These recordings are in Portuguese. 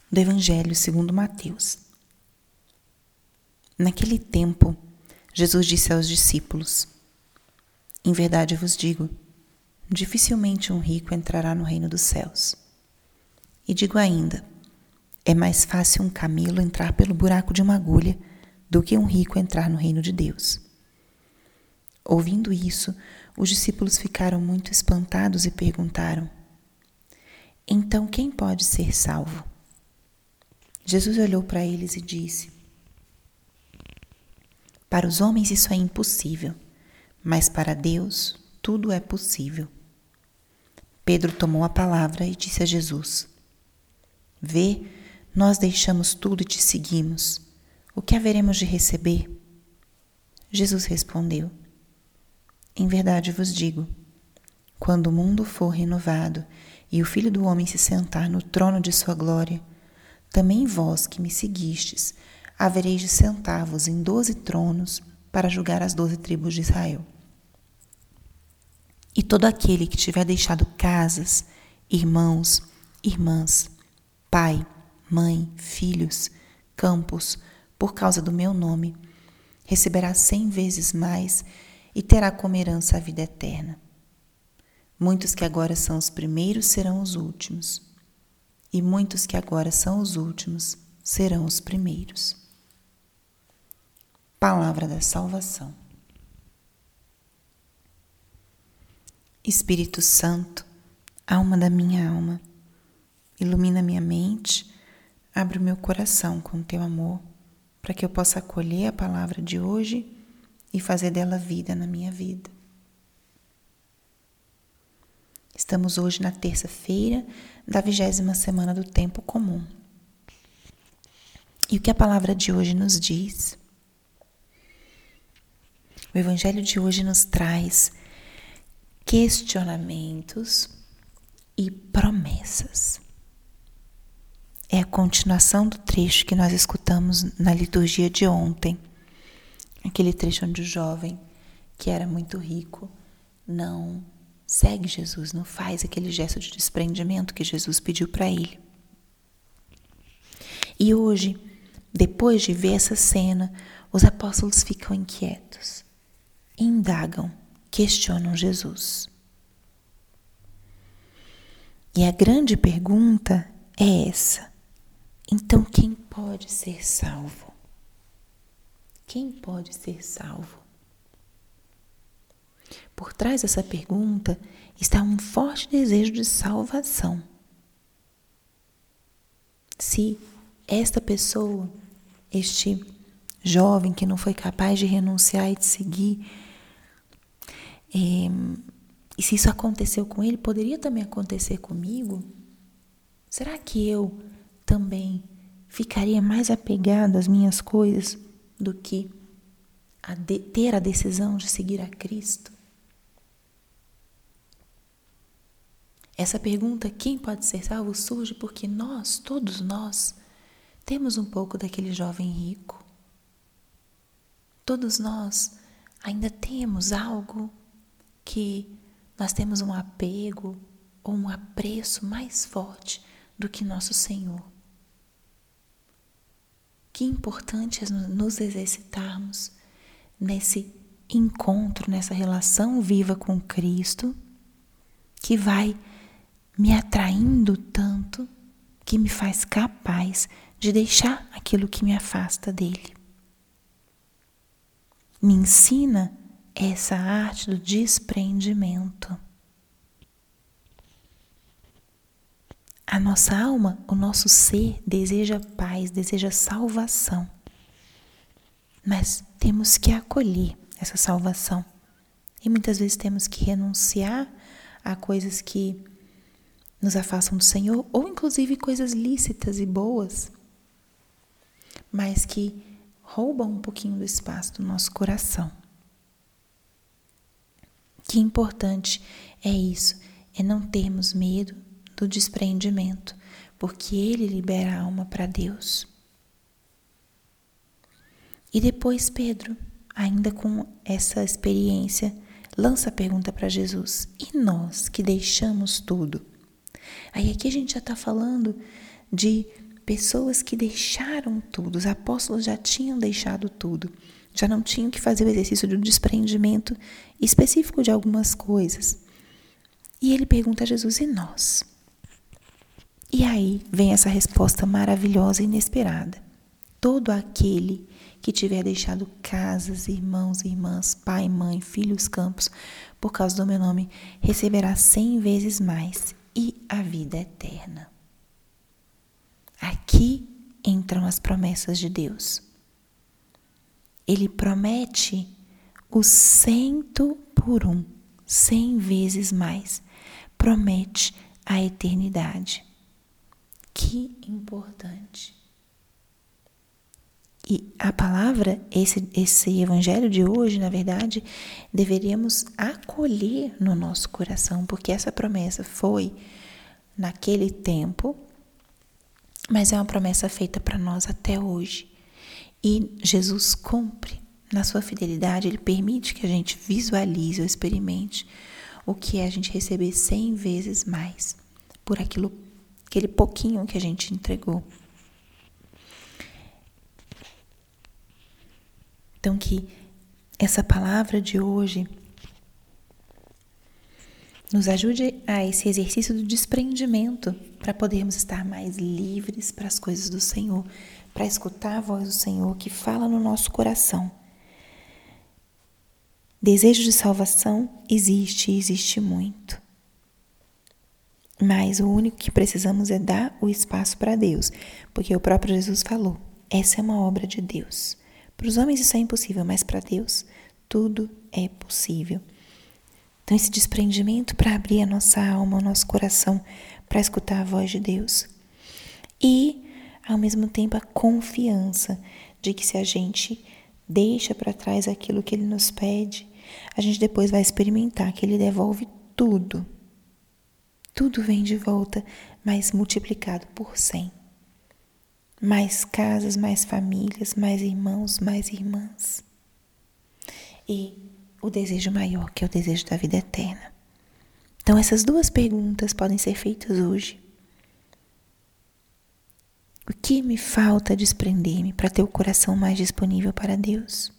do Evangelho segundo Mateus. Naquele tempo, Jesus disse aos discípulos: Em verdade eu vos digo, dificilmente um rico entrará no reino dos céus. E digo ainda, é mais fácil um camelo entrar pelo buraco de uma agulha do que um rico entrar no reino de Deus. Ouvindo isso, os discípulos ficaram muito espantados e perguntaram: Então quem pode ser salvo? Jesus olhou para eles e disse: Para os homens isso é impossível, mas para Deus tudo é possível. Pedro tomou a palavra e disse a Jesus: Vê, nós deixamos tudo e te seguimos. O que haveremos de receber? Jesus respondeu: Em verdade vos digo, quando o mundo for renovado e o Filho do Homem se sentar no trono de sua glória, também vós que me seguistes, havereis de sentar-vos em 12 tronos para julgar as 12 tribos de Israel. E todo aquele que tiver deixado casas, irmãos, irmãs, pai, mãe, filhos, campos, por causa do meu nome, receberá 100 vezes mais e terá como herança a vida eterna. Muitos que agora são os primeiros serão os últimos, e muitos que agora são os últimos serão os primeiros. Palavra da salvação. Espírito Santo, alma da minha alma, ilumina minha mente, abre o meu coração com teu amor, para que eu possa acolher a palavra de hoje e fazer dela vida na minha vida. Estamos hoje na terça-feira da 20ª semana do Tempo Comum. E o que a palavra de hoje nos diz? O Evangelho de hoje nos traz questionamentos e promessas. É a continuação do trecho que nós escutamos na liturgia de ontem. Aquele trecho onde o jovem, que era muito rico, não segue Jesus, não faz aquele gesto de desprendimento que Jesus pediu para ele. E hoje, depois de ver essa cena, os apóstolos ficam inquietos, indagam, questionam Jesus. E a grande pergunta é essa: então quem pode ser salvo? Quem pode ser salvo? Por trás dessa pergunta está um forte desejo de salvação. Se esta pessoa, este jovem que não foi capaz de renunciar e de seguir, e se isso aconteceu com ele, poderia também acontecer comigo? Será que eu também ficaria mais apegada às minhas coisas do que ter a decisão de seguir a Cristo? Essa pergunta, quem pode ser salvo, surge porque nós, todos nós, temos um pouco daquele jovem rico. Todos nós ainda temos algo que nós temos um apego ou um apreço mais forte do que nosso Senhor. Que importante é nos exercitarmos nesse encontro, nessa relação viva com Cristo, que vai me atraindo tanto que me faz capaz de deixar aquilo que me afasta dele. Me ensina essa arte do desprendimento. A nossa alma, o nosso ser deseja paz, deseja salvação. Mas temos que acolher essa salvação. E muitas vezes temos que renunciar a coisas que nos afastam do Senhor, ou inclusive coisas lícitas e boas, mas que roubam um pouquinho do espaço do nosso coração. Que importante é isso, é não termos medo do desprendimento, porque ele libera a alma para Deus. E depois Pedro, ainda com essa experiência, lança a pergunta para Jesus: e nós que deixamos tudo? Aí aqui a gente já está falando de pessoas que deixaram tudo, os apóstolos já tinham deixado tudo, já não tinham que fazer o exercício do desprendimento específico de algumas coisas. E ele pergunta a Jesus: e nós? E aí vem essa resposta maravilhosa e inesperada. Todo aquele que tiver deixado casas, irmãos e irmãs, pai, mãe, filhos, campos, por causa do meu nome, receberá 100 vezes mais e a vida eterna. Aqui entram as promessas de Deus. Ele promete o 100 por 1, 100 vezes mais. Promete a eternidade. Que importante. E a palavra, esse evangelho de hoje, na verdade, deveríamos acolher no nosso coração, porque essa promessa foi naquele tempo, mas é uma promessa feita para nós até hoje. E Jesus cumpre. Na sua fidelidade, Ele permite que a gente visualize ou experimente o que é a gente receber 100 vezes mais por aquele pouquinho que a gente entregou. Então, que essa palavra de hoje nos ajude a esse exercício do desprendimento, para podermos estar mais livres para as coisas do Senhor, para escutar a voz do Senhor que fala no nosso coração. Desejo de salvação existe muito. Mas o único que precisamos é dar o espaço para Deus, porque o próprio Jesus falou: essa é uma obra de Deus. Para os homens isso é impossível, mas para Deus tudo é possível. Então esse desprendimento para abrir a nossa alma, o nosso coração, para escutar a voz de Deus. E, ao mesmo tempo, a confiança de que se a gente deixa para trás aquilo que Ele nos pede, a gente depois vai experimentar que Ele devolve tudo. Tudo vem de volta, mas multiplicado por 100. Mais casas, mais famílias, mais irmãos, mais irmãs. E o desejo maior, que é o desejo da vida eterna. Então essas duas perguntas podem ser feitas hoje. O que me falta desprender-me para ter o coração mais disponível para Deus?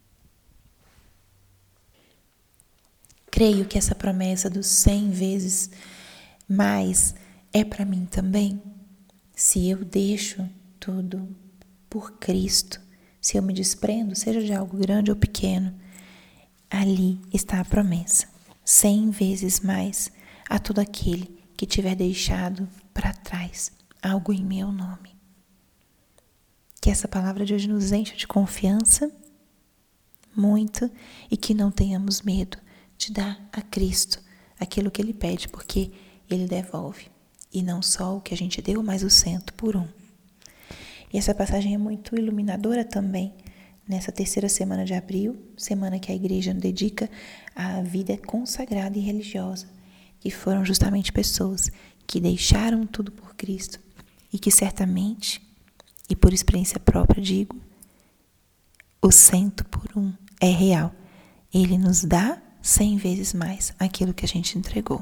Creio que essa promessa dos 100 vezes mais é para mim também. Se eu deixo tudo por Cristo, se eu me desprendo, seja de algo grande ou pequeno, ali está a promessa. 100 vezes mais a todo aquele que tiver deixado para trás algo em meu nome. Que essa palavra de hoje nos encha de confiança, muito, e que não tenhamos medo de dar a Cristo aquilo que Ele pede, porque Ele devolve. E não só o que a gente deu, mas o 100 por 1. E essa passagem é muito iluminadora também, nessa terceira semana de abril, semana que a igreja dedica à vida consagrada e religiosa, que foram justamente pessoas que deixaram tudo por Cristo e que certamente, e por experiência própria digo, o 100 por 1 é real. Ele nos dá 100 vezes mais aquilo que a gente entregou.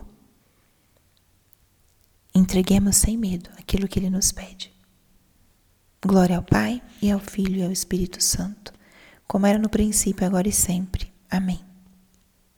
Entreguemos sem medo aquilo que Ele nos pede. Glória ao Pai, e ao Filho, e ao Espírito Santo, como era no princípio, agora e sempre. Amém.